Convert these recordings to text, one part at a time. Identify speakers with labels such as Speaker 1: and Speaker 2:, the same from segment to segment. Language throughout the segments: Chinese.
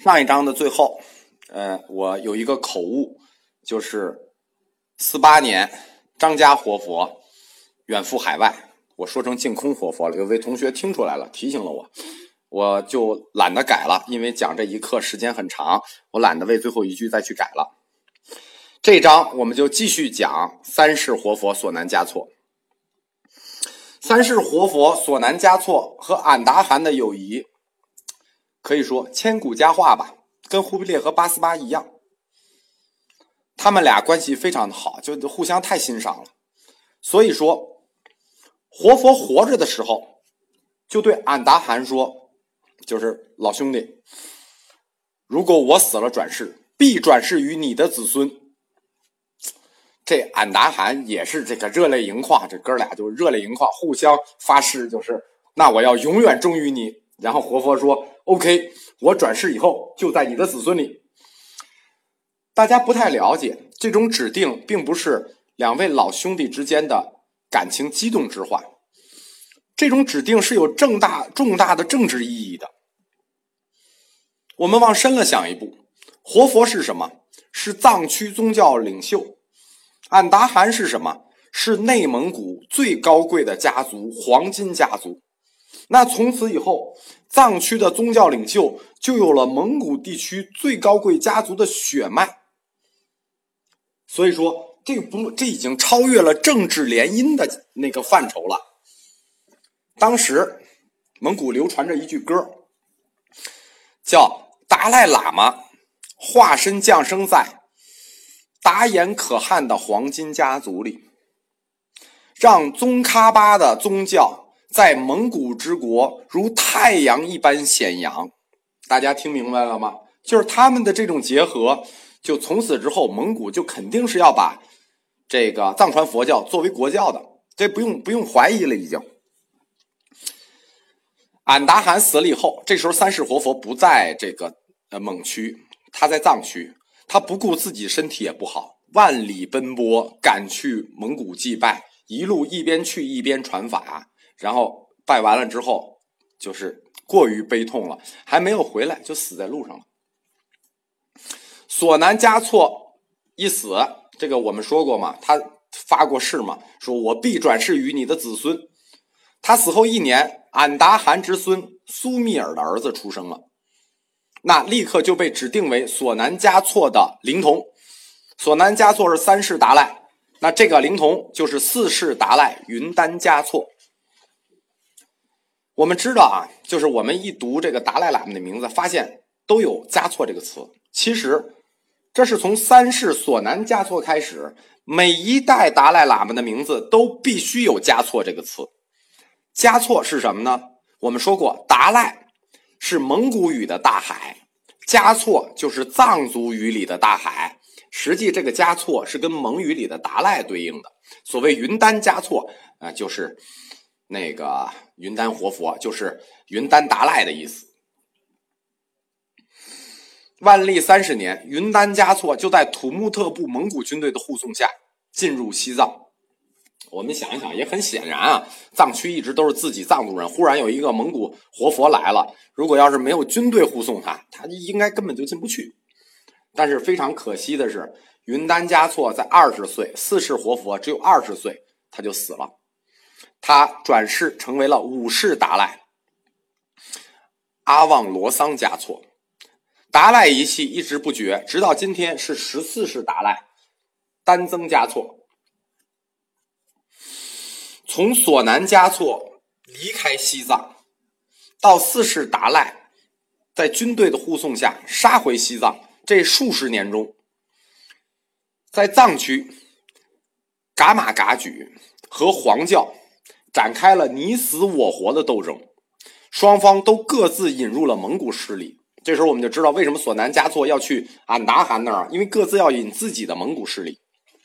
Speaker 1: 上一章的最后，我有一个口误，就是48年张家活佛远赴海外，我说成净空活佛了。有位同学听出来了，提醒了我，我就懒得改了，因为讲这一课时间很长，我懒得为最后一句再去改了。这一章我们就继续讲三世活佛索南嘉措。三世活佛索南嘉措和俺答汗的友谊可以说千古佳话吧，跟忽必烈和八思巴一样，他们俩关系非常的好，就互相太欣赏了。所以说活佛活着的时候就对俺答汗说，就是老兄弟，如果我死了转世，必转世于你的子孙。这俺答汗也是这个热泪盈眶，这哥俩就热泪盈眶，互相发誓，就是那我要永远忠于你。然后活佛说 OK， 我转世以后就在你的子孙里。大家不太了解，这种指定并不是两位老兄弟之间的感情激动之话，这种指定是有重大的政治意义的。我们往深了想一步，活佛是什么？是藏区宗教领袖。俺答汗是什么？是内蒙古最高贵的家族，黄金家族。那从此以后，藏区的宗教领袖就有了蒙古地区最高贵家族的血脉。所以说这已经超越了政治联姻的那个范畴了。当时蒙古流传着一句歌，叫达赖喇嘛化身降生在达颜可汗的黄金家族里，让宗喀巴的宗教在蒙古之国如太阳一般显扬。大家听明白了吗？就是他们的这种结合，就从此之后蒙古就肯定是要把这个藏传佛教作为国教的，这不用怀疑了已经。俺答汗死了以后，这时候三世活佛不在这个蒙区，他在藏区，他不顾自己身体也不好，万里奔波赶去蒙古祭拜，一路一边去一边传法，然后拜完了之后就是过于悲痛了，还没有回来就死在路上了。索南嘉措一死，这个我们说过嘛，他发过誓嘛，说我必转世于你的子孙。他死后1年，俺答汗之孙苏密尔的儿子出生了，那立刻就被指定为索南嘉措的灵童。索南嘉措是3世达赖，那这个灵童就是4世达赖云丹嘉措。我们知道啊，就是我们一读这个达赖喇嘛的名字，发现都有嘉措这个词。其实这是从3世索南嘉措开始，每一代达赖喇嘛的名字都必须有嘉措这个词。嘉措是什么呢？我们说过，达赖是蒙古语的大海，嘉措就是藏族语里的大海。实际这个嘉措是跟蒙语里的达赖对应的。所谓云丹嘉措，就是那个云丹活佛，就是云丹达赖的意思。万历30年，云丹嘉措就在土木特部蒙古军队的护送下进入西藏。我们想一想，也很显然啊，藏区一直都是自己藏族人，忽然有一个蒙古活佛来了，如果要是没有军队护送他应该根本就进不去。但是非常可惜的是，云丹嘉措在20岁，4世活佛只有20岁他就死了。他转世成为了5世达赖阿旺罗桑嘉措。达赖一系一直不绝，直到今天是14世达赖丹增嘉措。从索南嘉措离开西藏，到4世达赖在军队的护送下杀回西藏，这数十年中，在藏区噶玛噶举和黄教展开了你死我活的斗争，双方都各自引入了蒙古势力。这时候我们就知道为什么索南嘉措要去俺答汗那儿，因为各自要引自己的蒙古势力。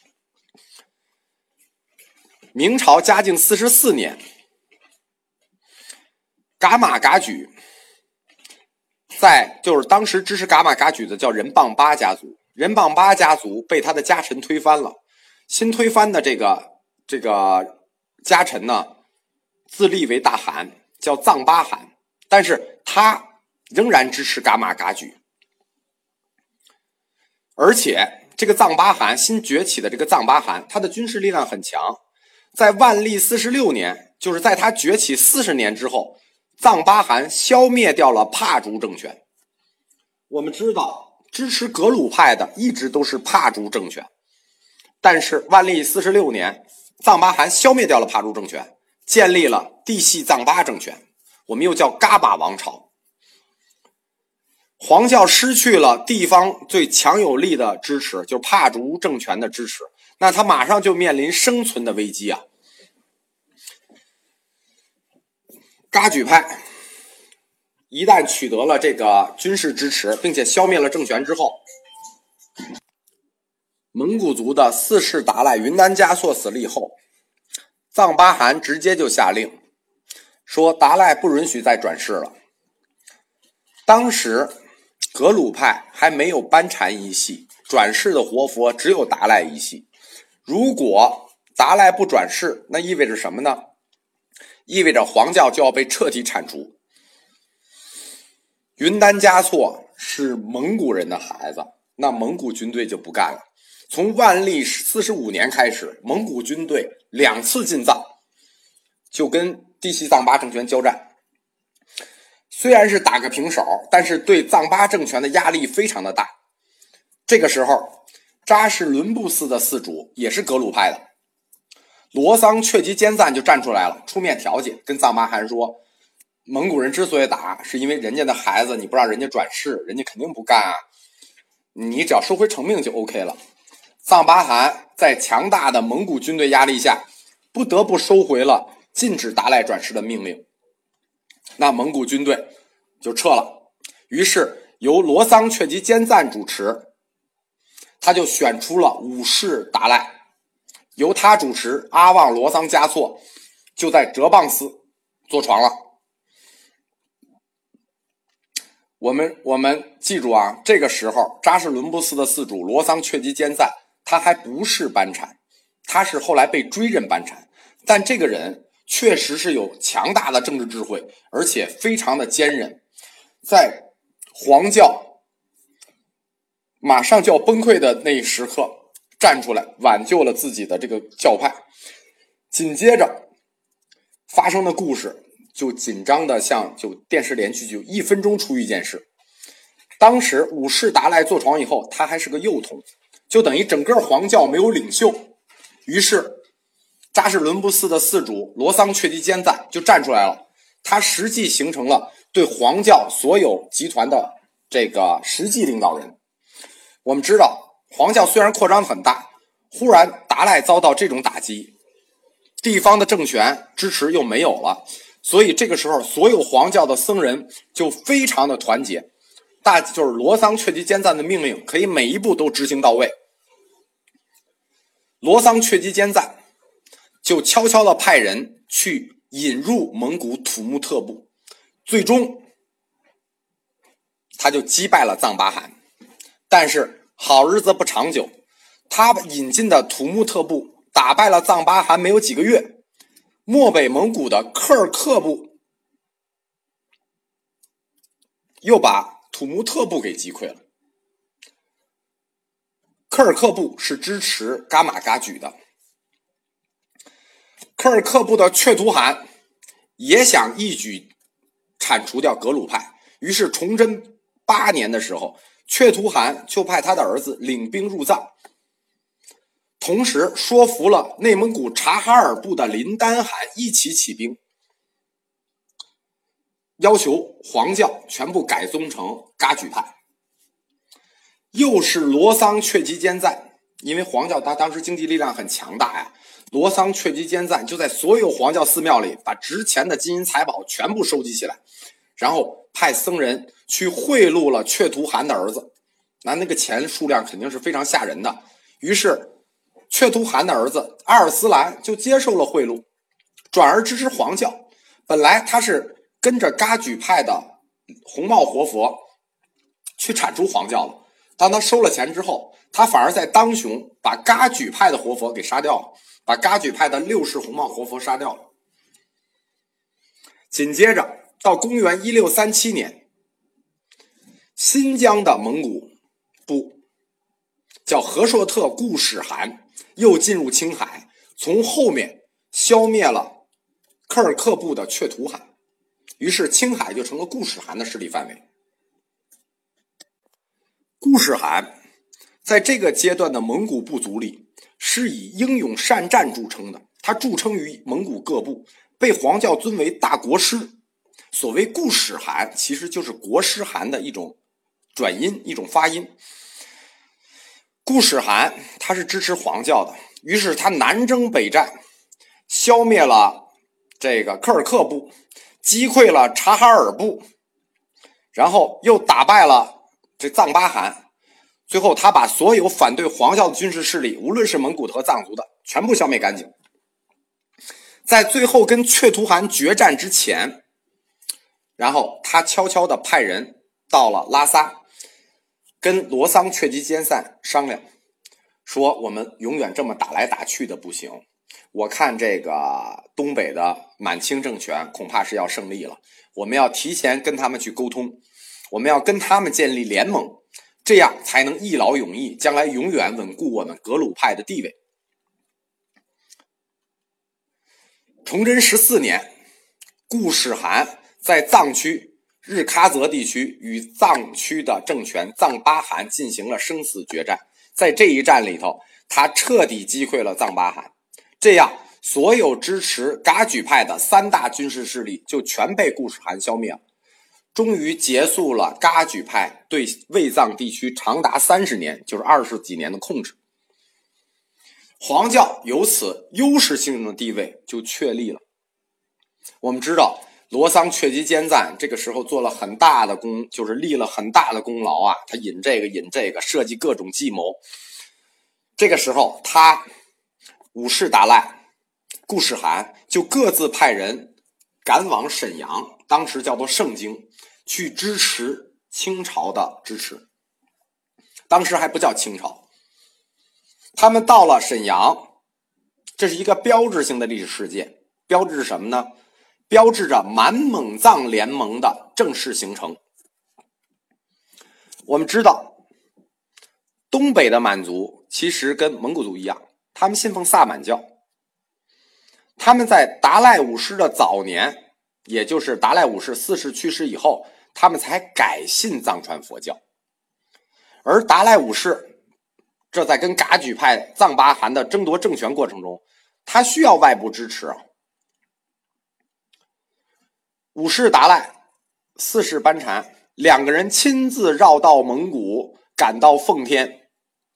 Speaker 1: 明朝嘉靖44年，噶玛噶举就是当时支持噶玛噶举的叫仁邦巴家族，仁邦巴家族被他的家臣推翻了，新推翻的这个家臣呢，自立为大汗，叫藏巴汗，但是他仍然支持噶玛噶举。 而且这个藏巴汗新崛起的这个藏巴汗，他的军事力量很强，在万历46年，就是在他崛起40年之后，藏巴汗消灭掉了帕竹政权。我们知道支持格鲁派的一直都是帕竹政权，但是万历46年，藏巴汗消灭掉了帕竹政权，建立了地系藏巴政权，我们又叫噶巴王朝。黄教失去了地方最强有力的支持，就是帕竹政权的支持，那他马上就面临生存的危机啊。噶举派一旦取得了这个军事支持，并且消灭了政权之后，蒙古族的四世达赖云丹加措死了以后，藏巴汗直接就下令说达赖不允许再转世了。当时格鲁派还没有班禅一系，转世的活佛只有达赖一系。如果达赖不转世，那意味着什么呢？意味着黄教就要被彻底铲除。云丹加措是蒙古人的孩子，那蒙古军队就不干了。从万历45年开始，蒙古军队2次进藏，就跟地系藏巴政权交战。虽然是打个平手，但是对藏巴政权的压力非常的大。这个时候，扎什伦布寺的寺主也是格鲁派的罗桑确吉坚赞就站出来了，出面调解，跟藏巴汗说，蒙古人之所以打，是因为人家的孩子你不让人家转世，人家肯定不干啊，你只要收回成命就 OK 了。藏巴汗在强大的蒙古军队压力下，不得不收回了禁止达赖转世的命令。那蒙古军队就撤了，于是由罗桑确吉坚赞主持，他就选出了五世达赖，由他主持阿旺罗桑嘉措就在哲蚌寺坐床了。我们记住啊，这个时候扎什伦布寺的寺主罗桑确吉坚赞他还不是班禅，他是后来被追认班禅，但这个人确实是有强大的政治智慧，而且非常的坚韧，在黄教马上就要崩溃的那一时刻站出来挽救了自己的这个教派。紧接着发生的故事就紧张的像就电视连续剧1分钟出一件事。当时五世达赖坐床以后，他还是个幼童，就等于整个黄教没有领袖，于是扎什伦布寺的寺主罗桑确吉坚赞就站出来了，他实际形成了对黄教所有集团的这个实际领导人。我们知道黄教虽然扩张很大，忽然达赖遭到这种打击，地方的政权支持又没有了，所以这个时候所有黄教的僧人就非常的团结，就是罗桑确吉坚赞的命令可以每一步都执行到位。罗桑确吉坚赞就悄悄地派人去引入蒙古土木特部，最终他就击败了藏巴汗。但是好日子不长久，他引进的土木特部打败了藏巴汗没有几个月，漠北蒙古的科尔克部又把土木特部给击溃了。科尔克部是支持噶玛噶举的，科尔克部的却图汗也想一举铲除掉格鲁派，于是崇祯8年的时候，却图汗就派他的儿子领兵入藏，同时说服了内蒙古察哈尔部的林丹汗一起起兵，要求黄教全部改宗成噶举派。又是罗桑确吉坚赞，因为黄教他当时经济力量很强大呀，罗桑确吉坚赞就在所有黄教寺庙里把值钱的金银财宝全部收集起来，然后派僧人去贿赂了却图汗的儿子，那个钱数量肯定是非常吓人的。于是却图汗的儿子阿尔斯兰就接受了贿赂，转而支持黄教。本来他是跟着噶举派的红帽活佛去铲除黄教了，当他收了钱之后，他反而在当雄把噶举派的活佛给杀掉了，把噶举派的6世红帽活佛杀掉了。紧接着到公元1637年，新疆的蒙古部叫和硕特固始汗，又进入青海，从后面消灭了科尔克部的却图汗，于是青海就成了固始汗的势力范围。固始汗在这个阶段的蒙古部族里是以英勇善战著称的，他著称于蒙古各部，被黄教尊为大国师。所谓固始汗其实就是国师汗的一种转音，一种发音。固始汗他是支持黄教的，于是他南征北战，消灭了这个科尔克部，击溃了察哈尔部，然后又打败了这藏巴汗，最后他把所有反对黄教的军事势力，无论是蒙古的和藏族的，全部消灭干净。在最后跟却图汗决战之前，然后他悄悄地派人到了拉萨，跟罗桑却吉坚赞商量，说我们永远这么打来打去的不行，我看这个东北的满清政权恐怕是要胜利了，我们要提前跟他们去沟通，我们要跟他们建立联盟，这样才能一劳永逸，将来永远稳固我们格鲁派的地位。崇祯14年，固始汗在藏区日喀则地区与藏区的政权藏巴汗进行了生死决战，在这一战里头，他彻底击溃了藏巴汗，这样所有支持噶举派的3大军事势力就全被固始汗消灭了，终于结束了噶举派对卫藏地区长达30年，就是20几年的控制。黄教由此优势性的地位就确立了。我们知道罗桑却吉坚赞这个时候做了很大的功，就是立了很大的功劳啊，他引这个引这个，设计各种计谋。这个时候他五世达赖、固始汗就各自派人赶往沈阳，当时叫做盛京，去支持清朝的支持，当时还不叫清朝。他们到了沈阳，这是一个标志性的历史事件，标志着什么呢？标志着满蒙藏联盟的正式形成。我们知道东北的满族其实跟蒙古族一样，他们信奉萨满教，他们在达赖五世的早年，也就是达赖五世4世去世以后，他们才改信藏传佛教。而达赖五世这在跟噶举派藏巴汗的争夺政权过程中，他需要外部支持。五世达赖、4世班禅2个人亲自绕道蒙古，赶到奉天。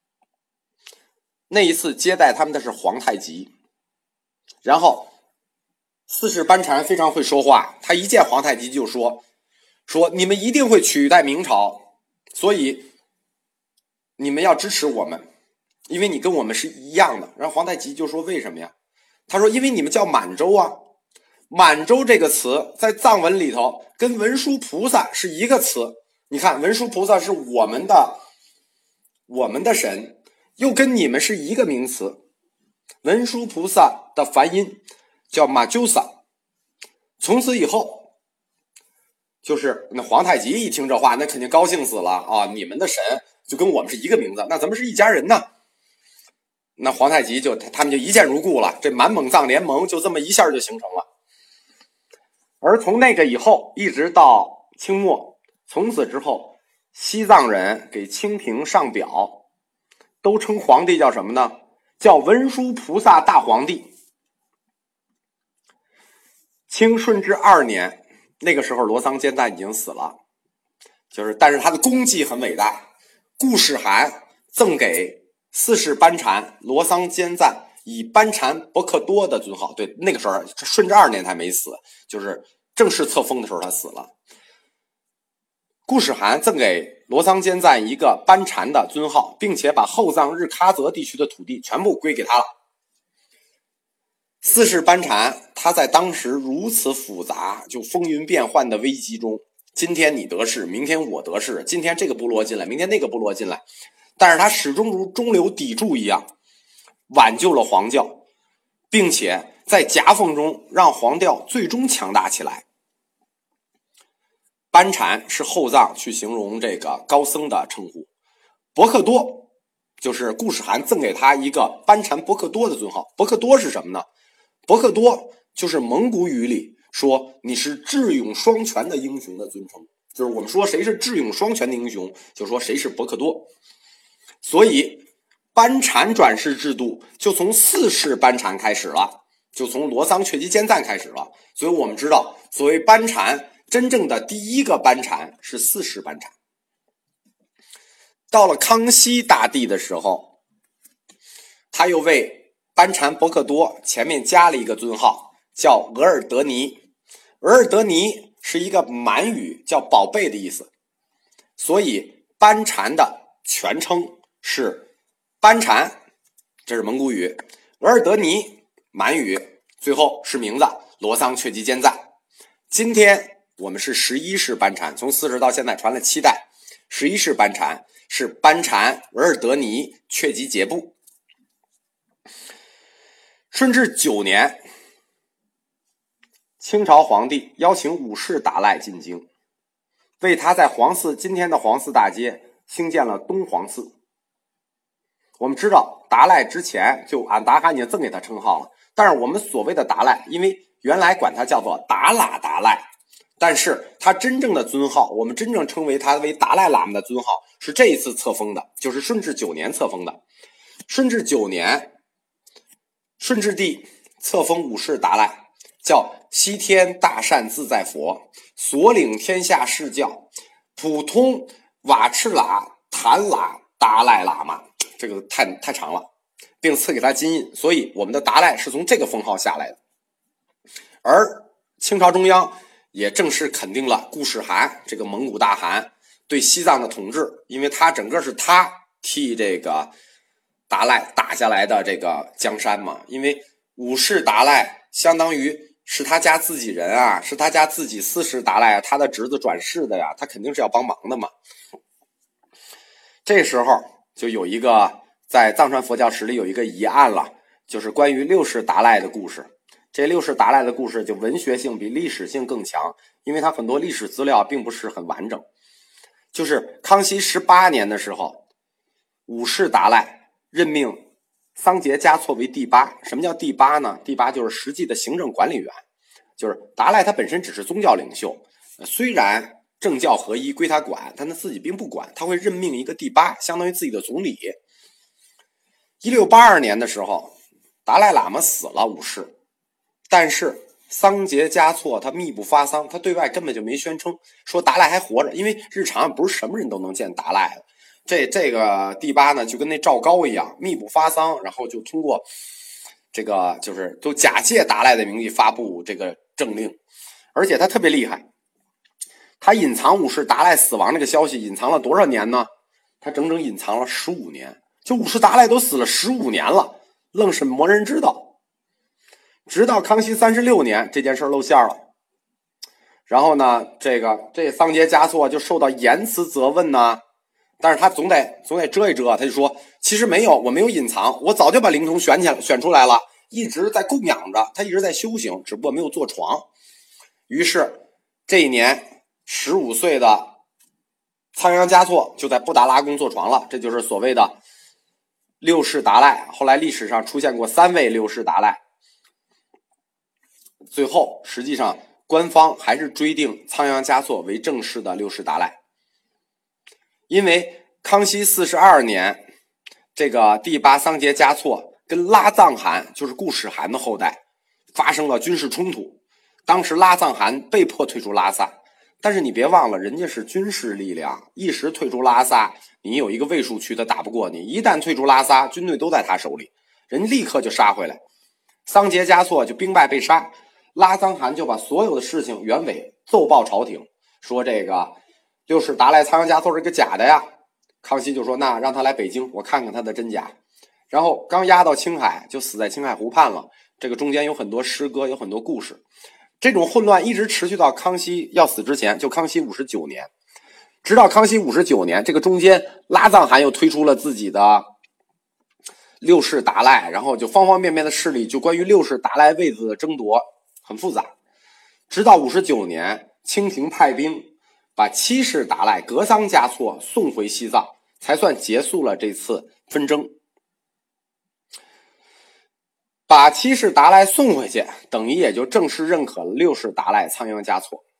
Speaker 1: 那一次接待他们的是皇太极，然后4世班禅非常会说话，他一见皇太极就说你们一定会取代明朝，所以你们要支持我们，因为你跟我们是一样的。然后皇太极就说为什么呀？他说因为你们叫满洲啊，满洲这个词在藏文里头跟文殊菩萨是一个词，你看文殊菩萨是我们的神，又跟你们是一个名词。文殊菩萨的梵音叫马鸠萨。从此以后，就是那皇太极一听这话，那肯定高兴死了啊！你们的神就跟我们是一个名字，那咱们是一家人呢。那皇太极他们就一见如故了，这满蒙藏联盟就这么一下就形成了。而从那个以后一直到清末，从此之后，西藏人给清廷上表都称皇帝叫什么呢？叫文殊菩萨大皇帝。清顺治2年，那个时候罗桑坚赞已经死了，但是他的功绩很伟大。固始汗赠给4世班禅罗桑坚赞以班禅博克多的尊号。对，那个时候顺治2年他没死，就是正式册封的时候他死了。固始汗赠给罗桑坚赞一个班禅的尊号，并且把后藏日喀则地区的土地全部归给他了。4世班禅他在当时如此复杂就风云变幻的危机中，今天你得势，明天我得势，今天这个部落进来，明天那个部落进来，但是他始终如中流砥柱一样挽救了黄教，并且在夹缝中让黄教最终强大起来。班禅是后藏去形容这个高僧的称呼，博克多就是顾世涵赠给他一个班禅伯克多的尊号。伯克多是什么呢？伯克多就是蒙古语里说你是智勇双全的英雄的尊称，就是我们说谁是智勇双全的英雄，就说谁是伯克多。所以班禅转世制度就从4世班禅开始了，就从罗桑确基坚赞开始了。所以我们知道，所谓班禅，真正的第一个班禅是4世班禅。到了康熙大帝的时候，他又为班禅伯克多前面加了一个尊号，叫额尔德尼。额尔德尼是一个满语，叫宝贝的意思，所以班禅的全称是班禅，这是蒙古语；额尔德尼满语，最后是名字罗桑确基坚赞。今天我们是11世班禅，从4世到现在传了7代，11世班禅是班禅额尔德尼确基杰布。顺治9年，清朝皇帝邀请五世达赖进京，为他在皇寺今天的皇寺大街兴建了东皇寺。我们知道达赖之前就俺达罕已经赠给他称号了，但是我们所谓的达赖，因为原来管他叫做达喇达赖，但是他真正的尊号，我们真正称为他为达赖喇嘛的尊号，是这一次册封的，就是顺治9年册封的。顺治9年，顺治帝册封五世达赖，叫西天大善自在佛，所领天下释教，普通瓦赤喇坛喇达赖喇嘛，这个太长了，并赐给他金印，所以我们的达赖是从这个封号下来的。而清朝中央也正式肯定了顾世涵这个蒙古大汗对西藏的统治，因为他整个是他替这个达赖打下来的这个江山嘛，因为五世达赖相当于是他家自己人啊，是他家自己4世达赖啊，他的侄子转世的呀，他肯定是要帮忙的嘛。这时候就有一个在藏传佛教史里有一个疑案了，就是关于6世达赖的故事。这6世达赖的故事就文学性比历史性更强，因为它很多历史资料并不是很完整。就是康熙18年的时候，五世达赖任命桑杰嘉措为第8。什么叫第8呢？第8就是实际的行政管理员，就是达赖他本身只是宗教领袖，虽然政教合一归他管，但他自己并不管，他会任命一个第8，相当于自己的总理。1682年的时候，达赖喇嘛死了五世，但是桑杰嘉措他密不发丧，他对外根本就没宣称说达赖还活着，因为日常不是什么人都能见达赖的。这个第8呢，就跟那赵高一样，密不发丧，然后就通过这个就是都假借达赖的名义发布这个政令，而且他特别厉害，他隐藏五世达赖死亡这个消息隐藏了多少年呢？他整整隐藏了15年，就五世达赖都死了15年了，愣是没人知道。直到康熙36年，这件事露馅了。然后呢，这桑杰嘉措就受到严词责问呢，但是他总得遮一遮，他就说其实没有，我没有隐藏，我早就把灵童选出来了，一直在供养着，他一直在修行，只不过没有坐床。于是这一年15岁的仓央嘉措就在布达拉宫坐床了，这就是所谓的6世达赖。后来历史上出现过3位6世达赖，最后实际上官方还是追定仓央嘉措为正式的6世达赖。因为康熙42年，这个第8桑杰嘉措跟拉藏汗，就是顾世涵的后代，发生了军事冲突。当时拉藏汗被迫退出拉萨，但是你别忘了，人家是军事力量，一时退出拉萨，你有一个卫戍区他打不过你，一旦退出拉萨，军队都在他手里，人立刻就杀回来。桑杰嘉措就兵败被杀，拉藏汗就把所有的事情原委奏报朝廷，说这个6世达赖仓央嘉措是个假的呀。康熙就说那让他来北京，我看看他的真假。然后刚押到青海，就死在青海湖畔了。这个中间有很多诗歌，有很多故事。这种混乱一直持续到康熙要死之前，就康熙59年。直到康熙59年，这个中间拉藏汗又推出了自己的6世达赖，然后就方方面面的势力，就关于6世达赖位子的争夺很复杂。直到59年，清廷派兵把7世达赖格桑嘉措送回西藏， 才算结束了这次纷争。把七世达赖送回去，等于也就正式认可了六世达赖仓央嘉措。